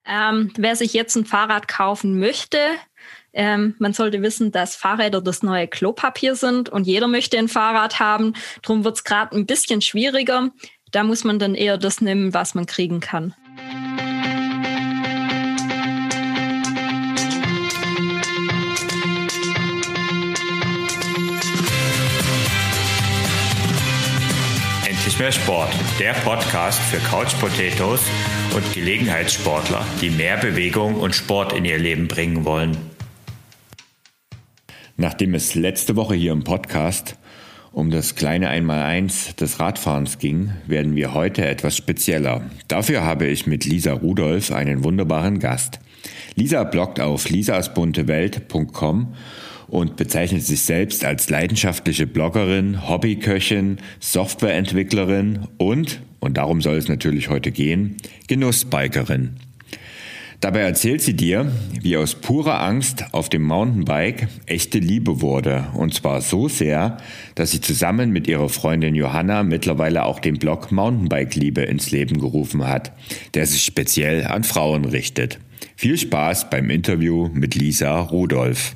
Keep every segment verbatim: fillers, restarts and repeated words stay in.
Ähm, wer sich jetzt ein Fahrrad kaufen möchte, ähm, man sollte wissen, dass Fahrräder das neue Klopapier sind und jeder möchte ein Fahrrad haben. Darum wird es gerade ein bisschen schwieriger. Da muss man dann eher das nehmen, was man kriegen kann. Endlich mehr Sport, der Podcast für Couch Potatoes und Gelegenheitssportler, die mehr Bewegung und Sport in ihr Leben bringen wollen. Nachdem es letzte Woche hier im Podcast um das kleine Einmaleins des Radfahrens ging, werden wir heute etwas spezieller. Dafür habe ich mit Lisa Rudolph einen wunderbaren Gast. Lisa bloggt auf lisasbuntewelt punkt com und bezeichnet sich selbst als leidenschaftliche Bloggerin, Hobbyköchin, Softwareentwicklerin und, und darum soll es natürlich heute gehen, Genussbikerin. Dabei erzählt sie dir, wie aus purer Angst auf dem Mountainbike echte Liebe wurde. Und zwar so sehr, dass sie zusammen mit ihrer Freundin Johanna mittlerweile auch den Blog Mountainbike Liebe ins Leben gerufen hat, der sich speziell an Frauen richtet. Viel Spaß beim Interview mit Lisa Rudolph.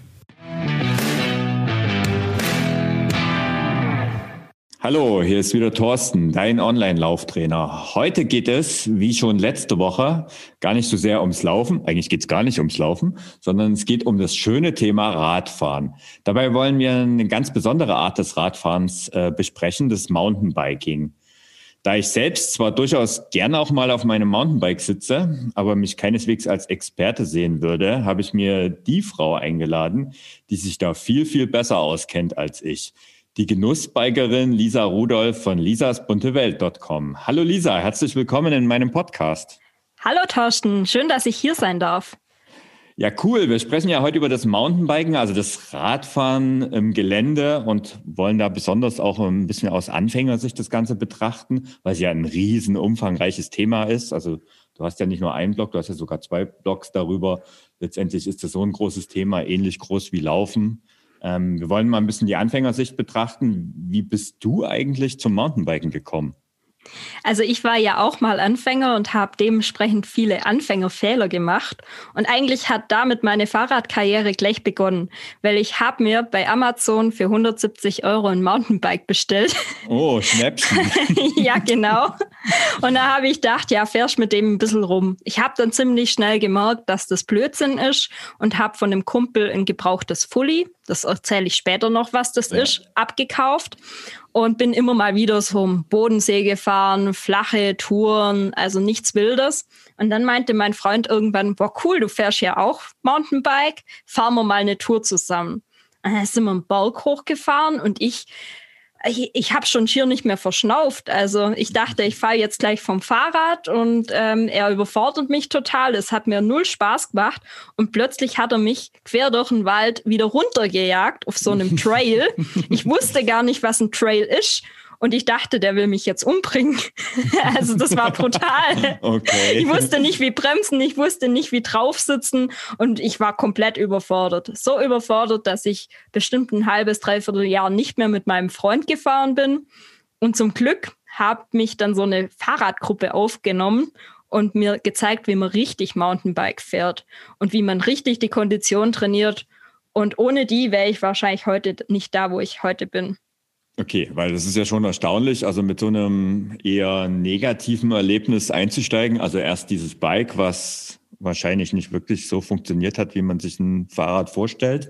Hallo, hier ist wieder Thorsten, dein Online-Lauftrainer. Heute geht es, wie schon letzte Woche, gar nicht so sehr ums Laufen. Eigentlich geht es gar nicht ums Laufen, sondern es geht um das schöne Thema Radfahren. Dabei wollen wir eine ganz besondere Art des Radfahrens äh, besprechen, das Mountainbiking. Da ich selbst zwar durchaus gerne auch mal auf meinem Mountainbike sitze, aber mich keineswegs als Experte sehen würde, habe ich mir die Frau eingeladen, die sich da viel, viel besser auskennt als ich. Die Genussbikerin Lisa Rudolph von lisasbuntewelt punkt com. Hallo Lisa, herzlich willkommen in meinem Podcast. Hallo Thorsten, schön, dass ich hier sein darf. Ja, cool. Wir sprechen ja heute über das Mountainbiken, also das Radfahren im Gelände und wollen da besonders auch ein bisschen aus Anfängersicht das Ganze betrachten, weil es ja ein riesen umfangreiches Thema ist. Also du hast ja nicht nur einen Blog, du hast ja sogar zwei Blogs darüber. Letztendlich ist das so ein großes Thema, ähnlich groß wie Laufen. Ähm, wir wollen mal ein bisschen die Anfängersicht betrachten. Wie bist du eigentlich zum Mountainbiken gekommen? Also ich war ja auch mal Anfänger und habe dementsprechend viele Anfängerfehler gemacht. Und eigentlich hat damit meine Fahrradkarriere gleich begonnen, weil ich habe mir bei Amazon für hundertsiebzig Euro ein Mountainbike bestellt. Oh, Schnäppchen. Ja, genau. Und da habe ich gedacht, ja, fährst mit dem ein bisschen rum. Ich habe dann ziemlich schnell gemerkt, dass das Blödsinn ist und habe von einem Kumpel ein gebrauchtes Fully, das erzähle ich später noch, was das ja. ist, abgekauft. Und bin immer mal wieder so am Bodensee gefahren, flache Touren, also nichts Wildes. Und dann meinte mein Freund irgendwann, boah cool, du fährst ja auch Mountainbike, fahren wir mal eine Tour zusammen. Und dann sind wir einen Berg hochgefahren und ich, ich, ich habe schon schier nicht mehr verschnauft. Also ich dachte, ich falle jetzt gleich vom Fahrrad und ähm, er überfordert mich total. Es hat mir null Spaß gemacht und plötzlich hat er mich quer durch den Wald wieder runtergejagt auf so einem Trail. Ich wusste gar nicht, was ein Trail ist. Und ich dachte, der will mich jetzt umbringen. Also das war brutal. Okay. Ich wusste nicht, wie bremsen, ich wusste nicht, wie draufsitzen und ich war komplett überfordert. So überfordert, dass ich bestimmt ein halbes, dreiviertel Jahr nicht mehr mit meinem Freund gefahren bin. Und zum Glück hat mich dann so eine Fahrradgruppe aufgenommen und mir gezeigt, wie man richtig Mountainbike fährt und wie man richtig die Kondition trainiert. Und ohne die wäre ich wahrscheinlich heute nicht da, wo ich heute bin. Okay, weil das ist ja schon erstaunlich, also mit so einem eher negativen Erlebnis einzusteigen. Also erst dieses Bike, was wahrscheinlich nicht wirklich so funktioniert hat, wie man sich ein Fahrrad vorstellt.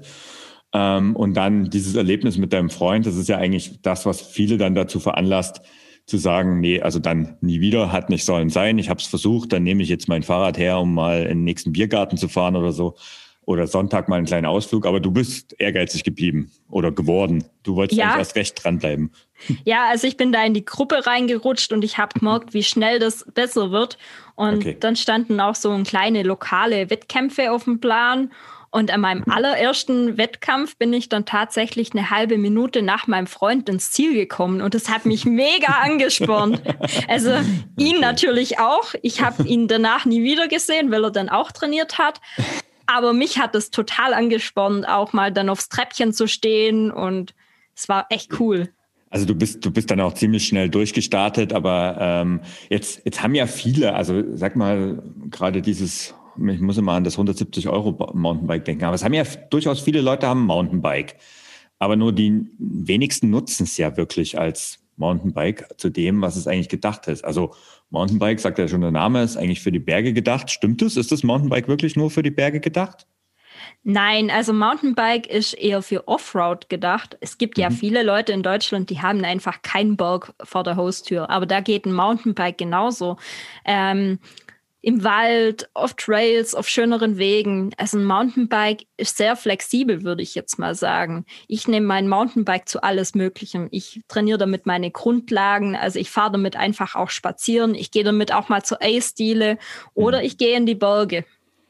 Ähm, und dann dieses Erlebnis mit deinem Freund, das ist ja eigentlich das, was viele dann dazu veranlasst, zu sagen, nee, also dann nie wieder, hat nicht sollen sein. Ich habe es versucht, dann nehme ich jetzt mein Fahrrad her, um mal in den nächsten Biergarten zu fahren oder so. Oder Sonntag mal einen kleinen Ausflug, aber du bist ehrgeizig geblieben oder geworden. Du wolltest ja erst recht dranbleiben. Ja, also ich bin da in die Gruppe reingerutscht und ich habe gemerkt, wie schnell das besser wird. Und okay. Dann standen auch so kleine lokale Wettkämpfe auf dem Plan. Und an meinem allerersten Wettkampf bin ich dann tatsächlich eine halbe Minute nach meinem Freund ins Ziel gekommen. Und das hat mich mega angespornt. Also ihn okay. natürlich auch. Ich habe ihn danach nie wieder gesehen, weil er dann auch trainiert hat. Aber mich hat es total angespornt, auch mal dann aufs Treppchen zu stehen und es war echt cool. Also du bist du bist dann auch ziemlich schnell durchgestartet, aber ähm, jetzt jetzt haben ja viele, also sag mal gerade dieses ich muss immer an das hundertsiebzig Euro Mountainbike denken. Aber es haben ja durchaus viele Leute haben ein Mountainbike. Aber nur die wenigsten nutzen es ja wirklich als Mountainbike zu dem, was es eigentlich gedacht ist. Also Mountainbike, sagt ja schon der Name, ist eigentlich für die Berge gedacht. Stimmt es? Ist das Mountainbike wirklich nur für die Berge gedacht? Nein, also Mountainbike ist eher für Offroad gedacht. Es gibt ja mhm. viele Leute in Deutschland, die haben einfach keinen Berg vor der Haustür. Aber da geht ein Mountainbike genauso. Ähm, Im Wald, auf Trails, auf schöneren Wegen. Also ein Mountainbike ist sehr flexibel, würde ich jetzt mal sagen. Ich nehme mein Mountainbike zu alles Möglichem. Ich trainiere damit meine Grundlagen. Also ich fahre damit einfach auch spazieren. Ich gehe damit auch mal zur Eisdiele oder ich gehe in die Berge.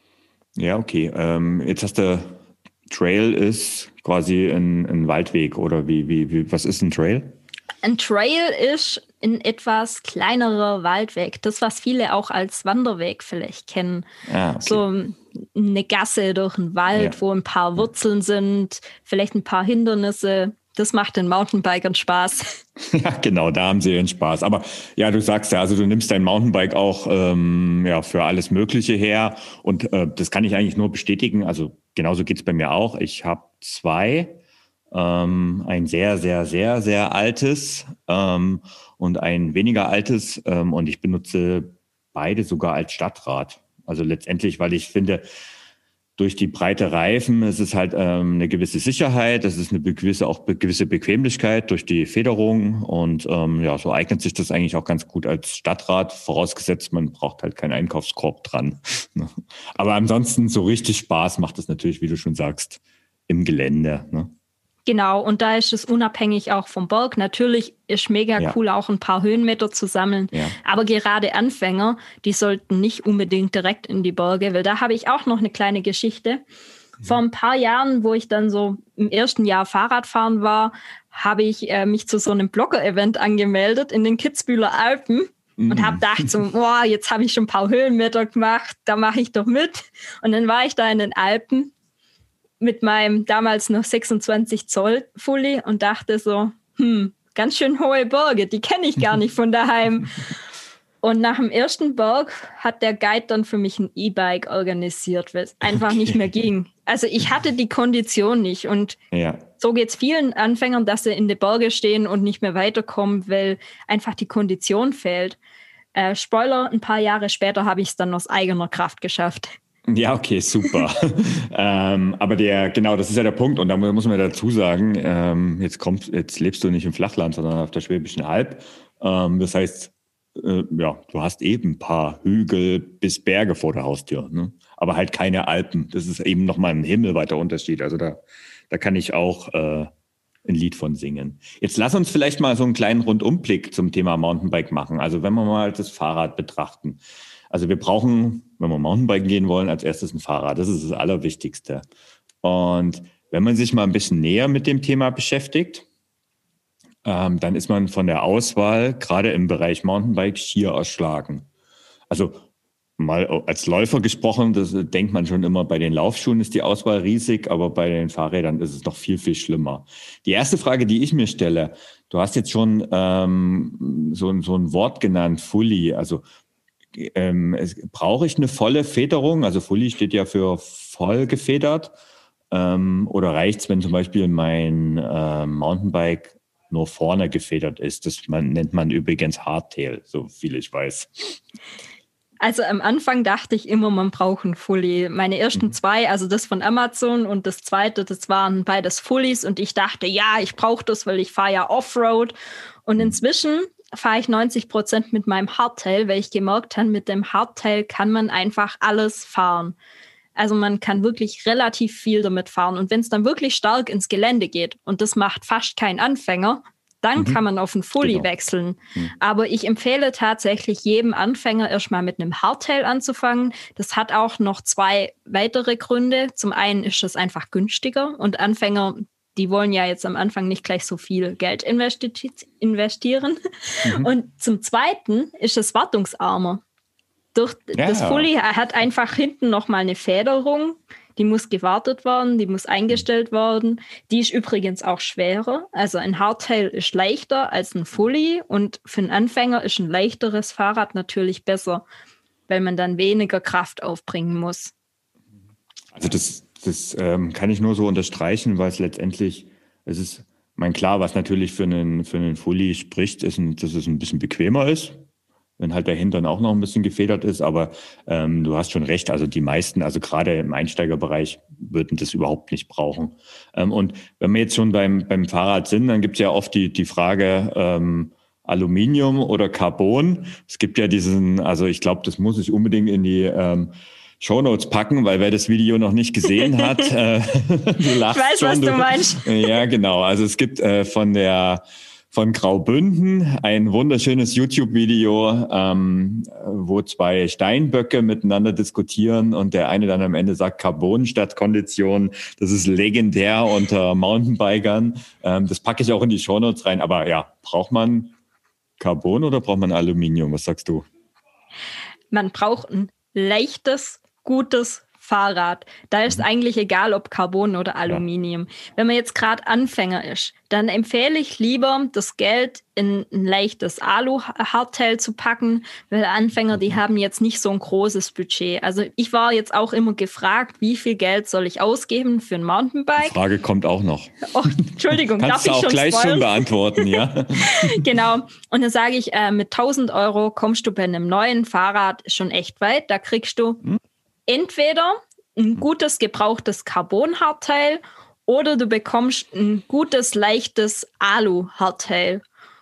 Ja, okay. Ähm, jetzt hast du, Trail ist quasi ein, ein Waldweg oder wie, wie, wie, was ist ein Trail? Ein Trail ist ein etwas kleinerer Waldweg. Das, was viele auch als Wanderweg vielleicht kennen. Ah, okay. So eine Gasse durch den Wald, ja. wo ein paar Wurzeln sind, vielleicht ein paar Hindernisse. Das macht den Mountainbikern Spaß. Ja, genau, da haben sie ihren Spaß. Aber ja, du sagst ja, also du nimmst dein Mountainbike auch ähm, ja, für alles Mögliche her. Und äh, das kann ich eigentlich nur bestätigen. Also genauso geht's bei mir auch. Ich habe zwei. Ähm, ein sehr, sehr, sehr, sehr altes ähm, und ein weniger altes. Ähm, und ich benutze beide sogar als Stadtrad. Also letztendlich, weil ich finde, durch die breite Reifen es ist halt ähm, eine gewisse Sicherheit, es ist eine gewisse, auch be- gewisse Bequemlichkeit durch die Federung. Und ähm, ja, so eignet sich das eigentlich auch ganz gut als Stadtrad, vorausgesetzt, man braucht halt keinen Einkaufskorb dran. Aber ansonsten so richtig Spaß macht es natürlich, wie du schon sagst, im Gelände, ne? Genau, und da ist es unabhängig auch vom Berg. Natürlich ist mega ja. cool, auch ein paar Höhenmeter zu sammeln. Ja. Aber gerade Anfänger, die sollten nicht unbedingt direkt in die Berge, weil da habe ich auch noch eine kleine Geschichte. Mhm. Vor ein paar Jahren, wo ich dann so im ersten Jahr Fahrradfahren war, habe ich äh, mich zu so einem Blogger-Event angemeldet in den Kitzbüheler Alpen. Mhm. Und habe gedacht so, boah, jetzt habe ich schon ein paar Höhenmeter gemacht, da mache ich doch mit. Und dann war ich da in den Alpen mit meinem damals noch sechsundzwanzig Zoll Fully und dachte so, hm, ganz schön hohe Berge, die kenne ich gar nicht von daheim. Und nach dem ersten Berg hat der Guide dann für mich ein E-Bike organisiert, weil es einfach okay. nicht mehr ging. Also ich hatte die Kondition nicht und ja. so geht es vielen Anfängern, dass sie in die Berge stehen und nicht mehr weiterkommen, weil einfach die Kondition fehlt. Äh, Spoiler, ein paar Jahre später habe ich es dann aus eigener Kraft geschafft. Ja, okay, super. ähm, aber der, genau, das ist ja der Punkt. Und da muss man dazu sagen, ähm, jetzt kommt, jetzt lebst du nicht im Flachland, sondern auf der Schwäbischen Alb. Ähm, das heißt, äh, ja, du hast eben ein paar Hügel bis Berge vor der Haustür, ne? Aber halt keine Alpen. Das ist eben nochmal ein himmelweiter Unterschied. Also da, da kann ich auch äh, ein Lied von singen. Jetzt lass uns vielleicht mal so einen kleinen Rundumblick zum Thema Mountainbike machen. Also wenn wir mal das Fahrrad betrachten. Also wir brauchen, wenn wir Mountainbiken gehen wollen, als erstes ein Fahrrad. Das ist das Allerwichtigste. Und wenn man sich mal ein bisschen näher mit dem Thema beschäftigt, ähm, dann ist man von der Auswahl gerade im Bereich Mountainbike schier erschlagen. Also mal als Läufer gesprochen, das denkt man schon immer, bei den Laufschuhen ist die Auswahl riesig, aber bei den Fahrrädern ist es noch viel, viel schlimmer. Die erste Frage, die ich mir stelle, du hast jetzt schon ähm, so, so ein Wort genannt, Fully, also Ähm, es, brauche ich eine volle Federung? Also Fully steht ja für voll gefedert. Ähm, oder reicht es, wenn zum Beispiel mein äh, Mountainbike nur vorne gefedert ist? Das man, nennt man übrigens Hardtail, so viel ich weiß. Also am Anfang dachte ich immer, man braucht ein Fully. Meine ersten mhm. zwei, also das von Amazon und das zweite, das waren beides Fullys. Und ich dachte, ja, ich brauche das, weil ich fahre ja Offroad. Und inzwischen fahre ich neunzig Prozent mit meinem Hardtail, weil ich gemerkt habe, mit dem Hardtail kann man einfach alles fahren. Also man kann wirklich relativ viel damit fahren. Und wenn es dann wirklich stark ins Gelände geht, und das macht fast kein Anfänger, dann mhm. kann man auf ein Fully genau. wechseln. Mhm. Aber ich empfehle tatsächlich jedem Anfänger erstmal mit einem Hardtail anzufangen. Das hat auch noch zwei weitere Gründe. Zum einen ist es einfach günstiger und Anfänger, die wollen ja jetzt am Anfang nicht gleich so viel Geld investi- investieren. Mhm. Und zum Zweiten ist es wartungsarmer. Durch ja. das Fully hat einfach hinten nochmal eine Federung. Die muss gewartet werden, die muss eingestellt werden. Die ist übrigens auch schwerer. Also ein Hardtail ist leichter als ein Fully. Und für einen Anfänger ist ein leichteres Fahrrad natürlich besser. weil man dann weniger Kraft aufbringen muss. Also das, das ähm, kann ich nur so unterstreichen, weil es letztendlich, es ist, mein klar, was natürlich für einen, für einen Fully spricht, ist, ein, dass es ein bisschen bequemer ist, wenn halt der Hintern auch noch ein bisschen gefedert ist, aber ähm, du hast schon recht, also die meisten, also gerade im Einsteigerbereich, würden das überhaupt nicht brauchen. Ähm, und wenn wir jetzt schon beim, beim Fahrrad sind, dann gibt es ja oft die, die Frage, ähm, Aluminium oder Carbon. Es gibt ja diesen, also ich glaube, das muss ich unbedingt in die ähm, Shownotes packen, weil wer das Video noch nicht gesehen hat, äh, du lachst ich weiß, schon, was du, du meinst. Ja, genau. Also es gibt äh, von der von Graubünden ein wunderschönes YouTube-Video, ähm, wo zwei Steinböcke miteinander diskutieren und der eine dann am Ende sagt Carbon statt Kondition. Das ist legendär unter Mountainbikern. Ähm, das packe ich auch in die Shownotes rein. Aber ja, braucht man Carbon oder braucht man Aluminium? Was sagst du? Man braucht ein leichtes, gutes Fahrrad. Da ist mhm. eigentlich egal, ob Carbon oder Aluminium. Ja. Wenn man jetzt gerade Anfänger ist, dann empfehle ich lieber, das Geld in ein leichtes Alu-Hardtail zu packen, weil Anfänger, die haben jetzt nicht so ein großes Budget. Also ich war jetzt auch immer gefragt, wie viel Geld soll ich ausgeben für ein Mountainbike? Die Frage kommt auch noch. Oh, Entschuldigung, Kannst darf du ich auch schon gleich spoilern? schon beantworten, ja? Genau. Und dann sage ich, äh, mit tausend Euro kommst du bei einem neuen Fahrrad schon echt weit. Da kriegst du hm? entweder ein gutes, gebrauchtes Carbon-Hardtail oder du bekommst ein gutes, leichtes Alu-Hardtail.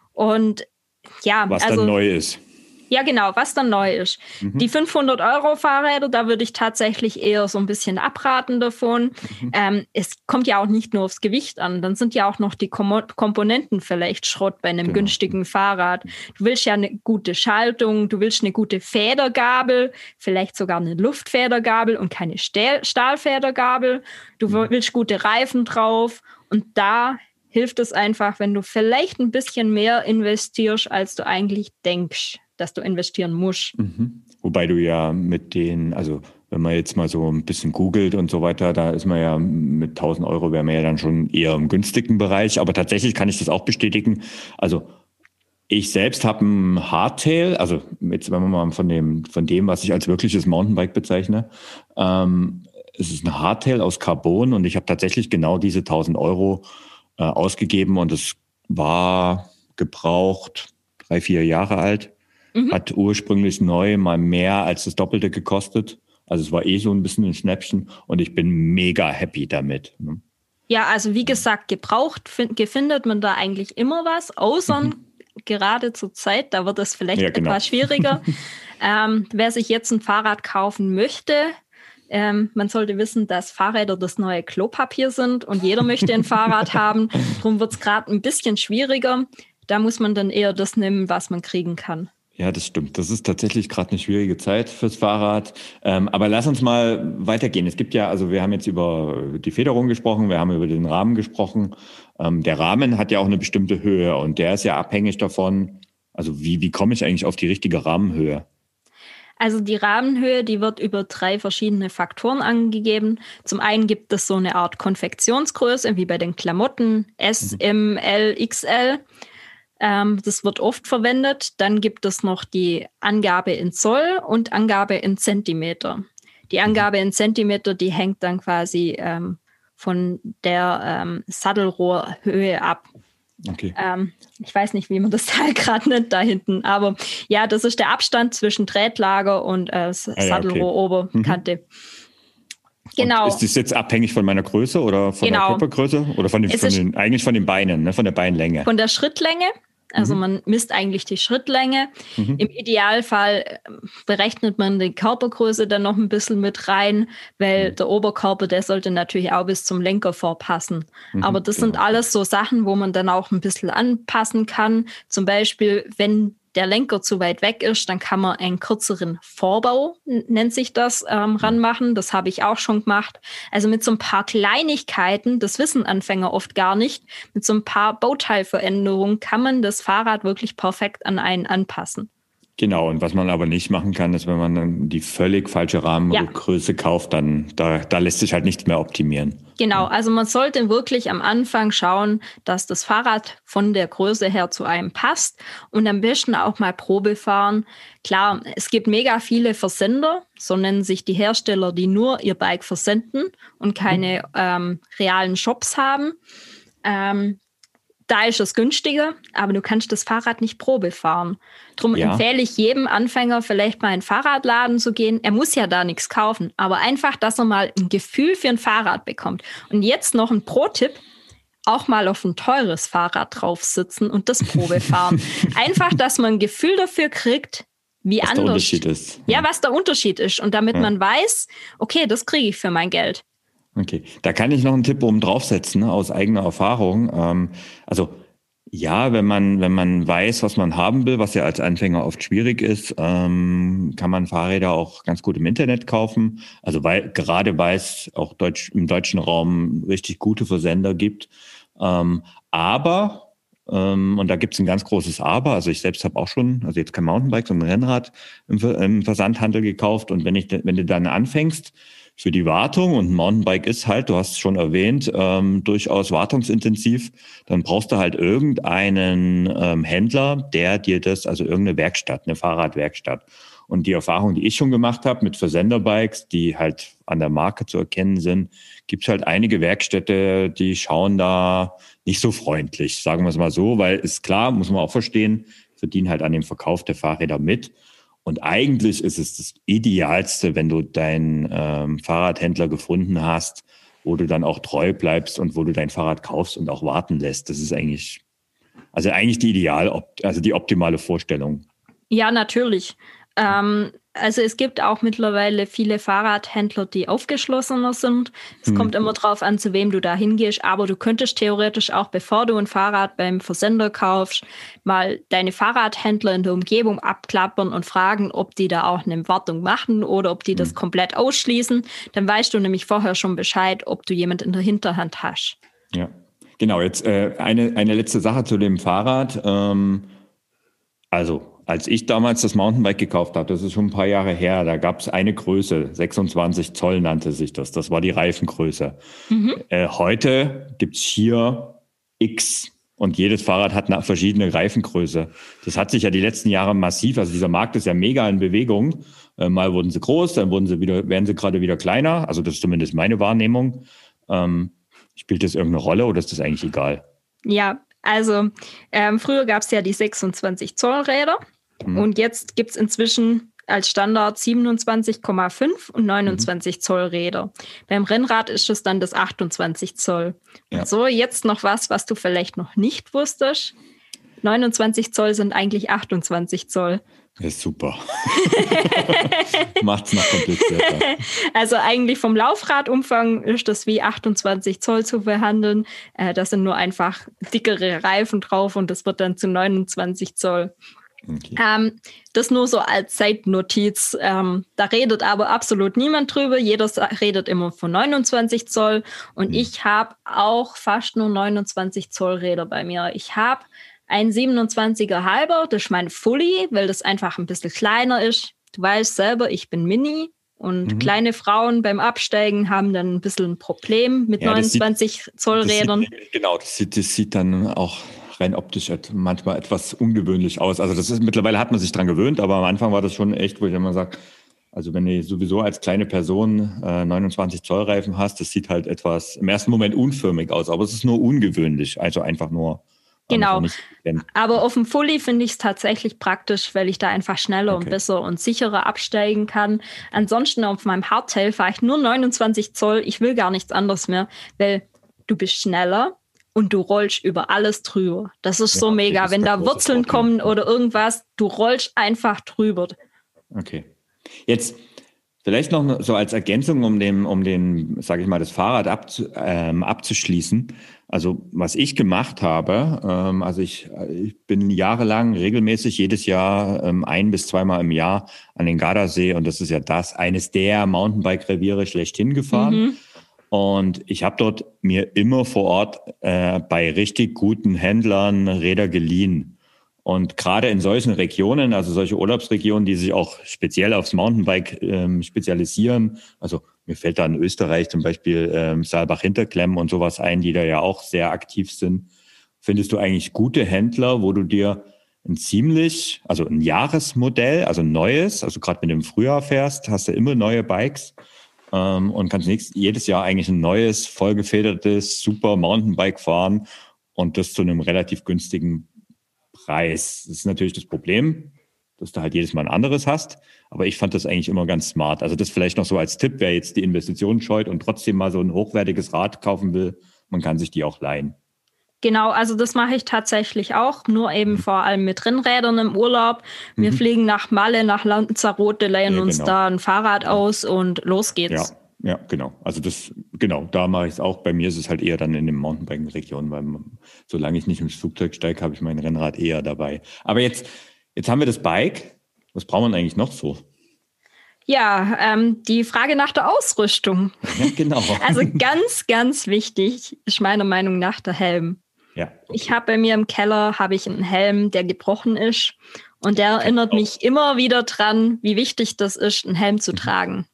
Und ja, was also, dann neu ist. Ja, genau, was dann neu ist. Mhm. Die fünfhundert Euro Fahrräder, da würde ich tatsächlich eher so ein bisschen abraten davon. Mhm. Ähm, es kommt ja auch nicht nur aufs Gewicht an, dann sind ja auch noch die Kom- Komponenten vielleicht Schrott bei einem genau. günstigen Fahrrad. Du willst ja eine gute Schaltung, du willst eine gute Federgabel, vielleicht sogar eine Luftfedergabel und keine Stahl- Stahlfedergabel. Du mhm. willst gute Reifen drauf und da hilft es einfach, wenn du vielleicht ein bisschen mehr investierst, als du eigentlich denkst, dass du investieren musst. Mhm. Wobei du ja mit den, also wenn man jetzt mal so ein bisschen googelt und so weiter, da ist man ja mit tausend Euro wäre man ja dann schon eher im günstigen Bereich. Aber tatsächlich kann ich das auch bestätigen. Also ich selbst habe ein Hardtail, also jetzt wenn man mal von dem, von dem, was ich als wirkliches Mountainbike bezeichne, ähm, es ist ein Hardtail aus Carbon und ich habe tatsächlich genau diese tausend Euro äh, ausgegeben und es war gebraucht, drei, vier Jahre alt. Mhm. Hat ursprünglich neu mal mehr als das Doppelte gekostet. Also es war eh so ein bisschen ein Schnäppchen und ich bin mega happy damit. Ja, also wie gesagt, gebraucht find, findet man da eigentlich immer was, außer mhm. gerade zur Zeit, da wird es vielleicht ja, genau. etwas schwieriger. ähm, wer sich jetzt ein Fahrrad kaufen möchte, ähm, man sollte wissen, dass Fahrräder das neue Klopapier sind und jeder möchte ein Fahrrad haben. Darum wird es gerade ein bisschen schwieriger. Da muss man dann eher das nehmen, was man kriegen kann. Ja, das stimmt. Das ist tatsächlich gerade eine schwierige Zeit fürs Fahrrad. Ähm, aber lass uns mal weitergehen. Es gibt ja, also wir haben jetzt über die Federung gesprochen, wir haben über den Rahmen gesprochen. Ähm, der Rahmen hat ja auch eine bestimmte Höhe und der ist ja abhängig davon, also wie, wie komme ich eigentlich auf die richtige Rahmenhöhe? Also die Rahmenhöhe, die wird über drei verschiedene Faktoren angegeben. Zum einen gibt es so eine Art Konfektionsgröße, wie bei den Klamotten, S, M, L, X L. Das wird oft verwendet. Dann gibt es noch die Angabe in Zoll und Angabe in Zentimeter. Die Angabe in Zentimeter, die hängt dann quasi ähm, von der ähm, Sattelrohrhöhe ab. Okay. Ähm, ich weiß nicht, wie man das Teil gerade nennt da hinten, aber ja, das ist der Abstand zwischen Tretlager und äh, ah, Sattelrohroberkante. Ja, okay. Genau. Und ist das jetzt abhängig von meiner Größe oder von genau. der Körpergröße oder von den, von den eigentlich von den Beinen, ne? Von der Beinlänge? Von der Schrittlänge. Also mhm. man misst eigentlich die Schrittlänge. Mhm. Im Idealfall berechnet man die Körpergröße dann noch ein bisschen mit rein, weil mhm. der Oberkörper, der sollte natürlich auch bis zum Lenker vorpassen. Mhm. Aber das genau. sind alles so Sachen, wo man dann auch ein bisschen anpassen kann. Zum Beispiel, wenn der Lenker zu weit weg ist, dann kann man einen kürzeren Vorbau, nennt sich das, ähm, ranmachen. Das habe ich auch schon gemacht. Also mit so ein paar Kleinigkeiten, das wissen Anfänger oft gar nicht, mit so ein paar Bauteilveränderungen kann man das Fahrrad wirklich perfekt an einen anpassen. Genau, und was man aber nicht machen kann, ist, wenn man dann die völlig falsche Rahmengröße ja. kauft, dann da, da lässt sich halt nichts mehr optimieren. Genau, also man sollte wirklich am Anfang schauen, dass das Fahrrad von der Größe her zu einem passt und am besten auch mal Probe fahren. Klar, es gibt mega viele Versender, so nennen sich die Hersteller, die nur ihr Bike versenden und keine mhm. ähm, realen Shops haben. Ähm, Da ist es günstiger, aber du kannst das Fahrrad nicht Probe fahren. Darum ja. empfehle ich jedem Anfänger, vielleicht mal in den Fahrradladen zu gehen. Er muss ja da nichts kaufen, aber einfach, dass er mal ein Gefühl für ein Fahrrad bekommt. Und jetzt noch ein Pro-Tipp, auch mal auf ein teures Fahrrad drauf sitzen und das Probe fahren. Einfach, dass man ein Gefühl dafür kriegt, wie was anders. Der Unterschied ist. Ja, was der Unterschied ist. Und damit ja. man weiß, okay, das kriege ich für mein Geld. Okay, da kann ich noch einen Tipp oben draufsetzen, ne, aus eigener Erfahrung. Ähm, also ja, wenn man wenn man weiß, was man haben will, was ja als Anfänger oft schwierig ist, ähm, kann man Fahrräder auch ganz gut im Internet kaufen. Also weil gerade weil es auch Deutsch, im deutschen Raum richtig gute Versender gibt. Ähm, aber ähm, und da gibt es ein ganz großes Aber. Also ich selbst habe auch schon, also jetzt kein Mountainbike, sondern ein Rennrad im, im Versandhandel gekauft. Und wenn ich wenn du dann anfängst für die Wartung, und ein Mountainbike ist halt, du hast es schon erwähnt, ähm, durchaus wartungsintensiv, dann brauchst du halt irgendeinen ähm, Händler, der dir das, also irgendeine Werkstatt, eine Fahrradwerkstatt. Und die Erfahrung, die ich schon gemacht habe mit Versenderbikes, die halt an der Marke zu erkennen sind, gibt es halt einige Werkstätte, die schauen da nicht so freundlich, sagen wir es mal so, weil ist klar, muss man auch verstehen, verdienen halt an dem Verkauf der Fahrräder mit. Und eigentlich ist es das Idealste, wenn du deinen ähm, Fahrradhändler gefunden hast, wo du dann auch treu bleibst und wo du dein Fahrrad kaufst und auch warten lässt. Das ist eigentlich, also eigentlich die Ideal, also die optimale Vorstellung. Ja, natürlich. Ähm, also es gibt auch mittlerweile viele Fahrradhändler, die aufgeschlossener sind. Es hm. kommt immer drauf an, zu wem du da hingehst. Aber du könntest theoretisch auch, bevor du ein Fahrrad beim Versender kaufst, mal deine Fahrradhändler in der Umgebung abklappern und fragen, ob die da auch eine Wartung machen oder ob die hm. das komplett ausschließen. Dann weißt du nämlich vorher schon Bescheid, ob du jemand in der Hinterhand hast. Ja, genau. Jetzt äh, eine, eine letzte Sache zu dem Fahrrad. Ähm, also Als ich damals das Mountainbike gekauft habe, das ist schon ein paar Jahre her, da gab es eine Größe, sechsundzwanzig Zoll nannte sich das. Das war die Reifengröße. Mhm. Äh, heute gibt es hier X und jedes Fahrrad hat eine verschiedene Reifengröße. Das hat sich ja die letzten Jahre massiv, also dieser Markt ist ja mega in Bewegung. Äh, mal wurden sie groß, dann wurden sie wieder, werden sie gerade wieder kleiner. Also das ist zumindest meine Wahrnehmung. Ähm, spielt das irgendeine Rolle oder ist das eigentlich egal? Ja, also ähm, früher gab es ja die sechsundzwanzig Zoll Räder mhm. und jetzt gibt es inzwischen als Standard siebenundzwanzig Komma fünf und neunundzwanzig mhm. Zoll Räder. Beim Rennrad ist es dann das achtundzwanzig Zoll. Ja. Und so, jetzt noch was, was du vielleicht noch nicht wusstest. neunundzwanzig Zoll sind eigentlich achtundzwanzig Zoll. Das ist super. Macht's noch komplizierter. Also eigentlich vom Laufradumfang ist das wie achtundzwanzig Zoll zu behandeln. Äh, da sind nur einfach dickere Reifen drauf und das wird dann zu neunundzwanzig Zoll. Okay. Ähm, das nur so als Zeitnotiz. Ähm, da redet aber absolut niemand drüber. Jeder redet immer von neunundzwanzig Zoll. Und mhm. ich habe auch fast nur neunundzwanzig Zoll Räder bei mir. Ich habe ein siebenundzwanziger halber, das ist mein Fully, weil das einfach ein bisschen kleiner ist. Du weißt selber, ich bin Mini und mhm. kleine Frauen beim Absteigen haben dann ein bisschen ein Problem mit ja, neunundzwanzig Zoll Rädern. Genau, das sieht, das sieht dann auch rein optisch manchmal etwas ungewöhnlich aus. Also das ist, mittlerweile hat man sich dran gewöhnt, aber am Anfang war das schon echt, wo ich immer sage, also wenn du sowieso als kleine Person äh, neunundzwanzig Zoll Reifen hast, das sieht halt etwas im ersten Moment unförmig aus, aber es ist nur ungewöhnlich, also einfach nur. Genau, aber auf dem Fully finde ich es tatsächlich praktisch, weil ich da einfach schneller okay. und besser und sicherer absteigen kann. Ansonsten auf meinem Hardtail fahre ich nur neunundzwanzig Zoll. Ich will gar nichts anderes mehr, weil du bist schneller und du rollst über alles drüber. Das ist ja, so mega. Wenn da Wurzeln kommen oder irgendwas, du rollst einfach drüber. Okay. Jetzt vielleicht noch so als Ergänzung, um den, um den, sage ich mal, das Fahrrad abzu, ähm, abzuschließen. Also was ich gemacht habe, ähm, also ich, ich bin jahrelang regelmäßig jedes Jahr ähm, ein bis zweimal im Jahr an den Gardasee und das ist ja das, eines der Mountainbike-Reviere schlechthin gefahren. Mhm. Und ich habe dort mir immer vor Ort äh, bei richtig guten Händlern Räder geliehen. Und gerade in solchen Regionen, also solche Urlaubsregionen, die sich auch speziell aufs Mountainbike ähm, spezialisieren, also mir fällt da in Österreich zum Beispiel ähm, Saalbach-Hinterklemm und sowas ein, die da ja auch sehr aktiv sind. Findest du eigentlich gute Händler, wo du dir ein ziemlich, also ein Jahresmodell, also ein neues, also gerade wenn du im Frühjahr fährst, hast du immer neue Bikes ähm, und kannst nächstes, jedes Jahr eigentlich ein neues, vollgefedertes, super Mountainbike fahren und das zu einem relativ günstigen Preis. Das ist natürlich das Problem, dass du halt jedes Mal ein anderes hast. Aber ich fand das eigentlich immer ganz smart. Also das vielleicht noch so als Tipp, wer jetzt die Investition scheut und trotzdem mal so ein hochwertiges Rad kaufen will, man kann sich die auch leihen. Genau, also das mache ich tatsächlich auch, nur eben mhm. vor allem mit Rennrädern im Urlaub. Wir mhm. fliegen nach Malle, nach Lanzarote, leihen ja, uns genau. da ein Fahrrad aus und los geht's. Ja. Ja, genau. Also das, genau, da mache ich es auch. Bei mir ist es halt eher dann in den Mountainbiken-Regionen, weil solange ich nicht ins Flugzeug steige, habe ich mein Rennrad eher dabei. Aber jetzt, jetzt haben wir das Bike. Was braucht man eigentlich noch so? Ja, ähm, die Frage nach der Ausrüstung. Ja, genau. Also ganz, ganz wichtig ist meiner Meinung nach der Helm. Ja. Okay. Ich habe bei mir im Keller habe ich einen Helm, der gebrochen ist. Und der erinnert genau. mich immer wieder dran, wie wichtig das ist, einen Helm zu mhm. tragen.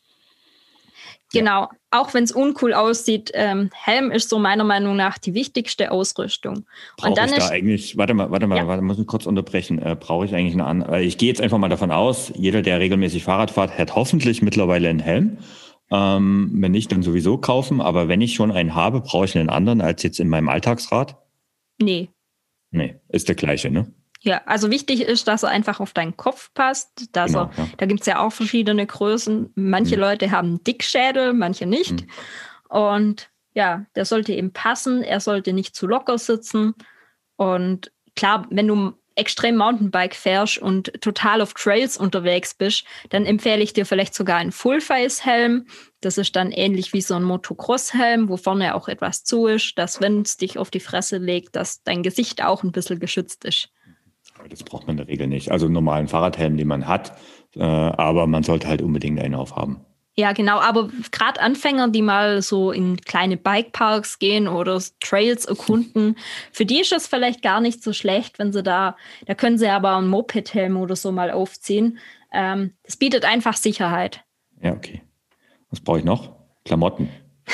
Genau, auch wenn es uncool aussieht, ähm, Helm ist so meiner Meinung nach die wichtigste Ausrüstung. Brauche und dann ich ist da eigentlich, warte mal, warte mal, ja. warte, muss ich kurz unterbrechen. Äh, brauche ich eigentlich eine andere? Ich gehe jetzt einfach mal davon aus, jeder, der regelmäßig Fahrrad fährt, hat hoffentlich mittlerweile einen Helm. Ähm, wenn nicht, dann sowieso kaufen. Aber wenn ich schon einen habe, brauche ich einen anderen als jetzt in meinem Alltagsrad? Nee. Nee, ist der gleiche, ne? Ja, also wichtig ist, dass er einfach auf deinen Kopf passt. Dass genau, er, ja. Da gibt es ja auch verschiedene Größen. Manche mhm. Leute haben einen Dickschädel, manche nicht. Mhm. Und ja, der sollte eben passen. Er sollte nicht zu locker sitzen. Und klar, wenn du extrem Mountainbike fährst und total auf Trails unterwegs bist, dann empfehle ich dir vielleicht sogar einen Full-Face-Helm. Das ist dann ähnlich wie so ein Motocross-Helm, wo vorne auch etwas zu ist, dass wenn es dich auf die Fresse legt, dass dein Gesicht auch ein bisschen geschützt ist. Das braucht man in der Regel nicht. Also einen normalen Fahrradhelm, den man hat, äh, aber man sollte halt unbedingt einen aufhaben. Ja, genau. Aber gerade Anfänger, die mal so in kleine Bikeparks gehen oder Trails erkunden, für die ist es vielleicht gar nicht so schlecht, wenn sie da, da können sie aber einen Moped-Helm oder so mal aufziehen. Ähm, das bietet einfach Sicherheit. Ja, okay. Was brauche ich noch? Klamotten.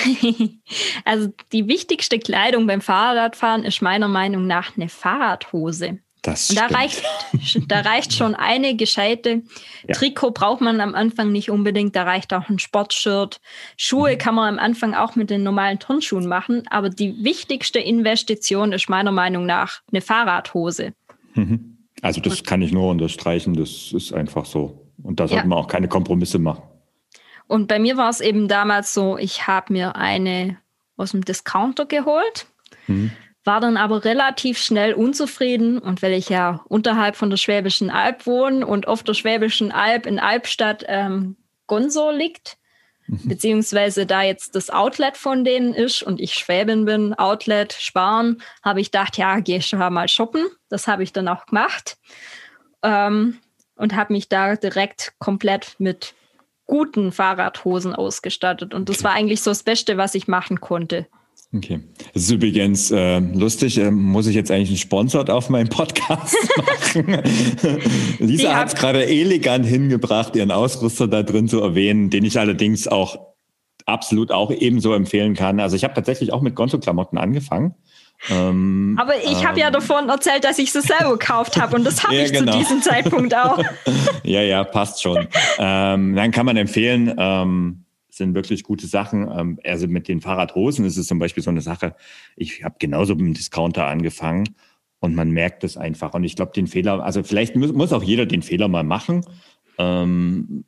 Also die wichtigste Kleidung beim Fahrradfahren ist meiner Meinung nach eine Fahrradhose. Das Und da stimmt. reicht, da reicht schon eine gescheite. Ja. Trikot braucht man am Anfang nicht unbedingt, da reicht auch ein Sportshirt. Schuhe mhm. kann man am Anfang auch mit den normalen Turnschuhen machen, aber die wichtigste Investition ist meiner Meinung nach eine Fahrradhose. Mhm. Also das kann ich nur unterstreichen, das ist einfach so. Und da sollte ja. man auch keine Kompromisse machen. Und bei mir war es eben damals so, ich habe mir eine aus dem Discounter geholt. Mhm. War dann aber relativ schnell unzufrieden und weil ich ja unterhalb von der Schwäbischen Alb wohne und auf der Schwäbischen Alb in Albstadt ähm, Gonso liegt, mhm. beziehungsweise da jetzt das Outlet von denen ist und ich Schwäbin bin, Outlet, Sparen, habe ich gedacht, ja, geh schon mal shoppen. Das habe ich dann auch gemacht ähm, und habe mich da direkt komplett mit guten Fahrradhosen ausgestattet und das okay. war eigentlich so das Beste, was ich machen konnte. Okay. Das ist übrigens äh, lustig. Äh, muss ich jetzt eigentlich einen Sponsor auf meinem Podcast machen? Lisa hat es gerade elegant hingebracht, ihren Ausrüster da drin zu erwähnen, den ich allerdings auch absolut auch ebenso empfehlen kann. Also ich habe tatsächlich auch mit Gonzo-Klamotten angefangen. Ähm, Aber ich habe ähm, ja davon erzählt, dass ich sie selber gekauft habe und das habe ja, ich genau. zu diesem Zeitpunkt auch. ja, ja, passt schon. ähm, dann kann man empfehlen, ähm, sind wirklich gute Sachen. Also mit den Fahrradhosen ist es zum Beispiel so eine Sache. Ich habe genauso mit dem Discounter angefangen und man merkt es einfach. Und ich glaube, den Fehler, also vielleicht muss auch jeder den Fehler mal machen. Und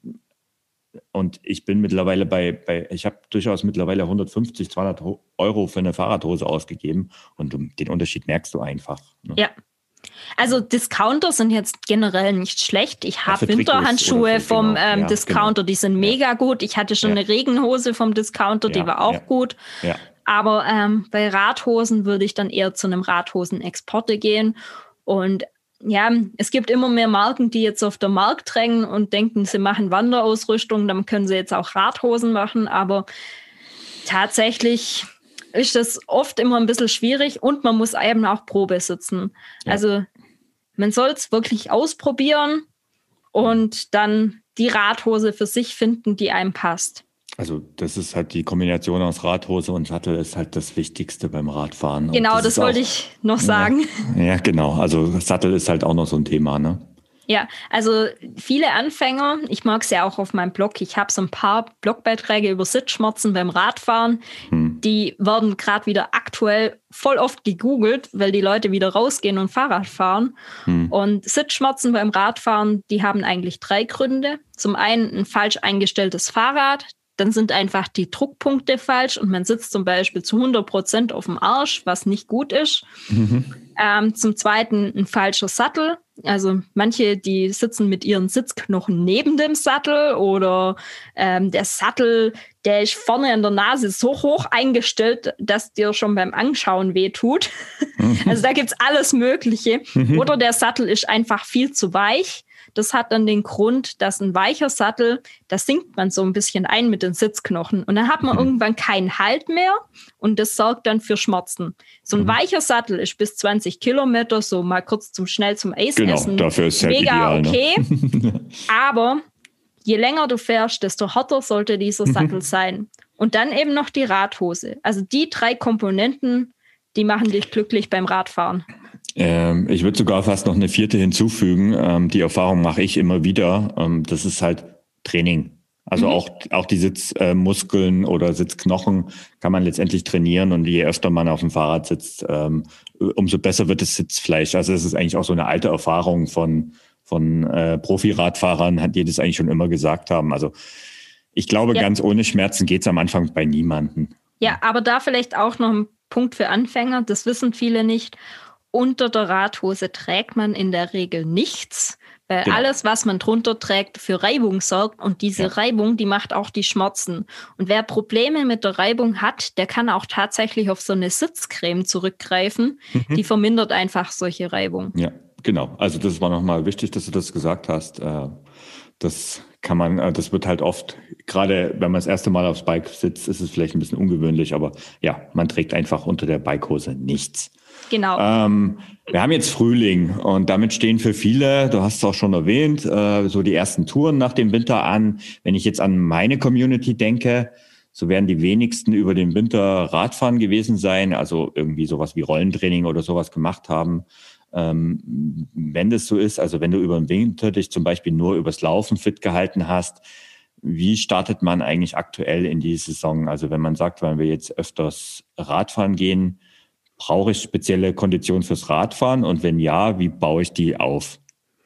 ich bin mittlerweile bei, bei ich habe durchaus mittlerweile hundertfünfzig, zweihundert Euro für eine Fahrradhose ausgegeben und den Unterschied merkst du einfach. Ne? Ja. Also Discounter sind jetzt generell nicht schlecht. Ich habe ja, Winterhandschuhe so, vom genau. ähm, ja, Discounter, genau. die sind mega ja. gut. Ich hatte schon ja. eine Regenhose vom Discounter, die ja, war auch ja. gut. Ja. Aber ähm, bei Radhosen würde ich dann eher zu einem Radhosenexporte gehen. Und ja, es gibt immer mehr Marken, die jetzt auf den Markt drängen und denken, sie machen Wanderausrüstung, dann können sie jetzt auch Radhosen machen. Aber tatsächlich ist das oft immer ein bisschen schwierig und man muss eben auch Probe sitzen. Ja. Also man soll es wirklich ausprobieren und dann die Radhose für sich finden, die einem passt. Also das ist halt die Kombination aus Radhose und Sattel ist halt das Wichtigste beim Radfahren. Genau, das, das wollte auch, ich noch sagen. Ja, ja, genau. Also Sattel ist halt auch noch so ein Thema, ne? Ja, also viele Anfänger, ich mag es ja auch auf meinem Blog, ich habe so ein paar Blogbeiträge über Sitzschmerzen beim Radfahren, hm. die werden gerade wieder aktuell voll oft gegoogelt, weil die Leute wieder rausgehen und Fahrrad fahren. Hm. Und Sitzschmerzen beim Radfahren, die haben eigentlich drei Gründe. Zum einen ein falsch eingestelltes Fahrrad, dann sind einfach die Druckpunkte falsch und man sitzt zum Beispiel zu hundert Prozent auf dem Arsch, was nicht gut ist. Mhm. Ähm, zum Zweiten ein falscher Sattel. Also manche, die sitzen mit ihren Sitzknochen neben dem Sattel oder ähm, der Sattel, der ist vorne in der Nase so hoch eingestellt, dass dir schon beim Anschauen wehtut. Mhm. Also da gibt's alles Mögliche. Mhm. Oder der Sattel ist einfach viel zu weich. Das hat dann den Grund, dass ein weicher Sattel, da sinkt man so ein bisschen ein mit den Sitzknochen. Und dann hat man mhm. irgendwann keinen Halt mehr und das sorgt dann für Schmerzen. So ein mhm. weicher Sattel ist bis zwanzig Kilometer, so mal kurz zum schnell zum Eisessen. Genau, dafür ist halt mega ideal, okay. Ne? Aber je länger du fährst, desto härter sollte dieser Sattel sein. Und dann eben noch die Radhose. Also die drei Komponenten, die machen dich glücklich beim Radfahren. Ähm, ich würde sogar fast noch eine vierte hinzufügen. Ähm, die Erfahrung mache ich immer wieder. Ähm, das ist halt Training. Also mhm. auch, auch die Sitzmuskeln äh, oder Sitzknochen kann man letztendlich trainieren. Und je öfter man auf dem Fahrrad sitzt, ähm, umso besser wird das Sitzfleisch. Also es ist eigentlich auch so eine alte Erfahrung von, von äh, Profi-Radfahrern, die das eigentlich schon immer gesagt haben. Also ich glaube, ja. ganz ohne Schmerzen geht es am Anfang bei niemandem. Ja, aber da vielleicht auch noch ein Punkt für Anfänger. Das wissen viele nicht. Unter der Radhose trägt man in der Regel nichts, weil genau. alles, was man drunter trägt, für Reibung sorgt. Und diese ja. Reibung, die macht auch die Schmerzen. Und wer Probleme mit der Reibung hat, der kann auch tatsächlich auf so eine Sitzcreme zurückgreifen. Mhm. Die vermindert einfach solche Reibung. Ja, genau. Also das war nochmal wichtig, dass du das gesagt hast. Das kann man, das wird halt oft, gerade wenn man das erste Mal aufs Bike sitzt, ist es vielleicht ein bisschen ungewöhnlich, aber ja, man trägt einfach unter der Bikehose nichts. Genau. Ähm, wir haben jetzt Frühling und damit stehen für viele, du hast es auch schon erwähnt, äh, so die ersten Touren nach dem Winter an. Wenn ich jetzt an meine Community denke, so werden die wenigsten über den Winter Radfahren gewesen sein, also irgendwie sowas wie Rollentraining oder sowas gemacht haben. Ähm, wenn das so ist, also wenn du über den Winter dich zum Beispiel nur übers Laufen fit gehalten hast, wie startet man eigentlich aktuell in die Saison? Also wenn man sagt, wenn wir jetzt öfters Radfahren gehen, brauche ich spezielle Konditionen fürs Radfahren? Und wenn ja, wie baue ich die auf?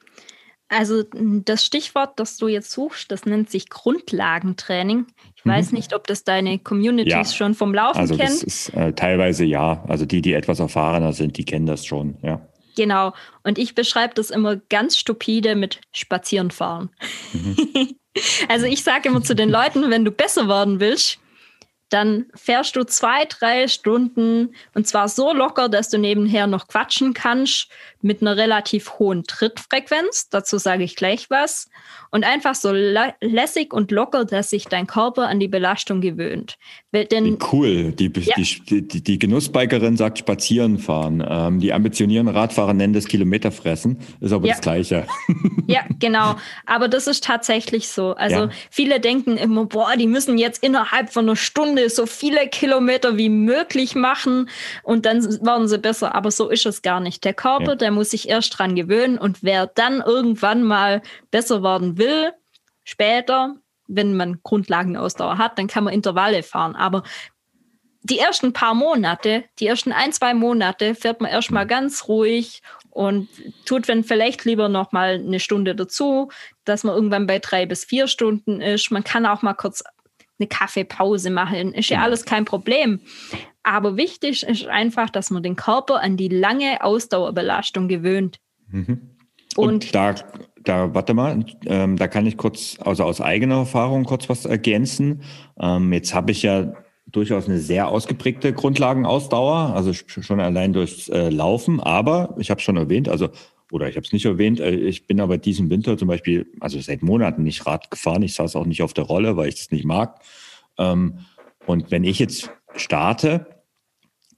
Also das Stichwort, das du jetzt suchst, das nennt sich Grundlagentraining. Ich mhm. weiß nicht, ob das deine Communities ja. schon vom Laufen also kennt. Also das ist äh, teilweise ja. Also die, die etwas erfahrener sind, die kennen das schon, ja. Genau. Und ich beschreibe das immer ganz stupide mit Spazieren fahren. Mhm. Also ich sage immer zu den Leuten, wenn du besser werden willst, dann fährst du zwei, drei Stunden und zwar so locker, dass du nebenher noch quatschen kannst mit einer relativ hohen Trittfrequenz. Dazu sage ich gleich was. Und einfach so lä- lässig und locker, dass sich dein Körper an die Belastung gewöhnt. Denn, Wie cool. Die, ja. die, die, die Genussbikerin sagt spazieren fahren. Ähm, die ambitionierenden Radfahrer nennen das Kilometer fressen. Ist aber ja. das Gleiche. Ja, genau. Aber das ist tatsächlich so. Also ja. viele denken immer, boah, die müssen jetzt innerhalb von einer Stunde so viele Kilometer wie möglich machen und dann werden sie besser. Aber so ist es gar nicht. Der Körper, ja. der muss sich erst dran gewöhnen und wer dann irgendwann mal besser werden will, später, wenn man Grundlagenausdauer hat, dann kann man Intervalle fahren. Aber die ersten paar Monate, die ersten ein, zwei Monate fährt man erstmal ganz ruhig und tut dann vielleicht lieber noch mal eine Stunde dazu, dass man irgendwann bei drei bis vier Stunden ist. Man kann auch mal kurz eine Kaffeepause machen, ist ja alles kein Problem. Aber wichtig ist einfach, dass man den Körper an die lange Ausdauerbelastung gewöhnt. Mhm. Und, und da, da, warte mal, ähm, da kann ich kurz, also aus eigener Erfahrung kurz was ergänzen. Ähm, jetzt habe ich ja durchaus eine sehr ausgeprägte Grundlagenausdauer, also schon allein durchs äh, Laufen. Aber ich habe es schon erwähnt, also oder ich habe es nicht erwähnt, äh, ich bin aber diesen Winter zum Beispiel, also seit Monaten nicht Rad gefahren. Ich saß auch nicht auf der Rolle, weil ich das nicht mag. Ähm, und wenn ich jetzt starte,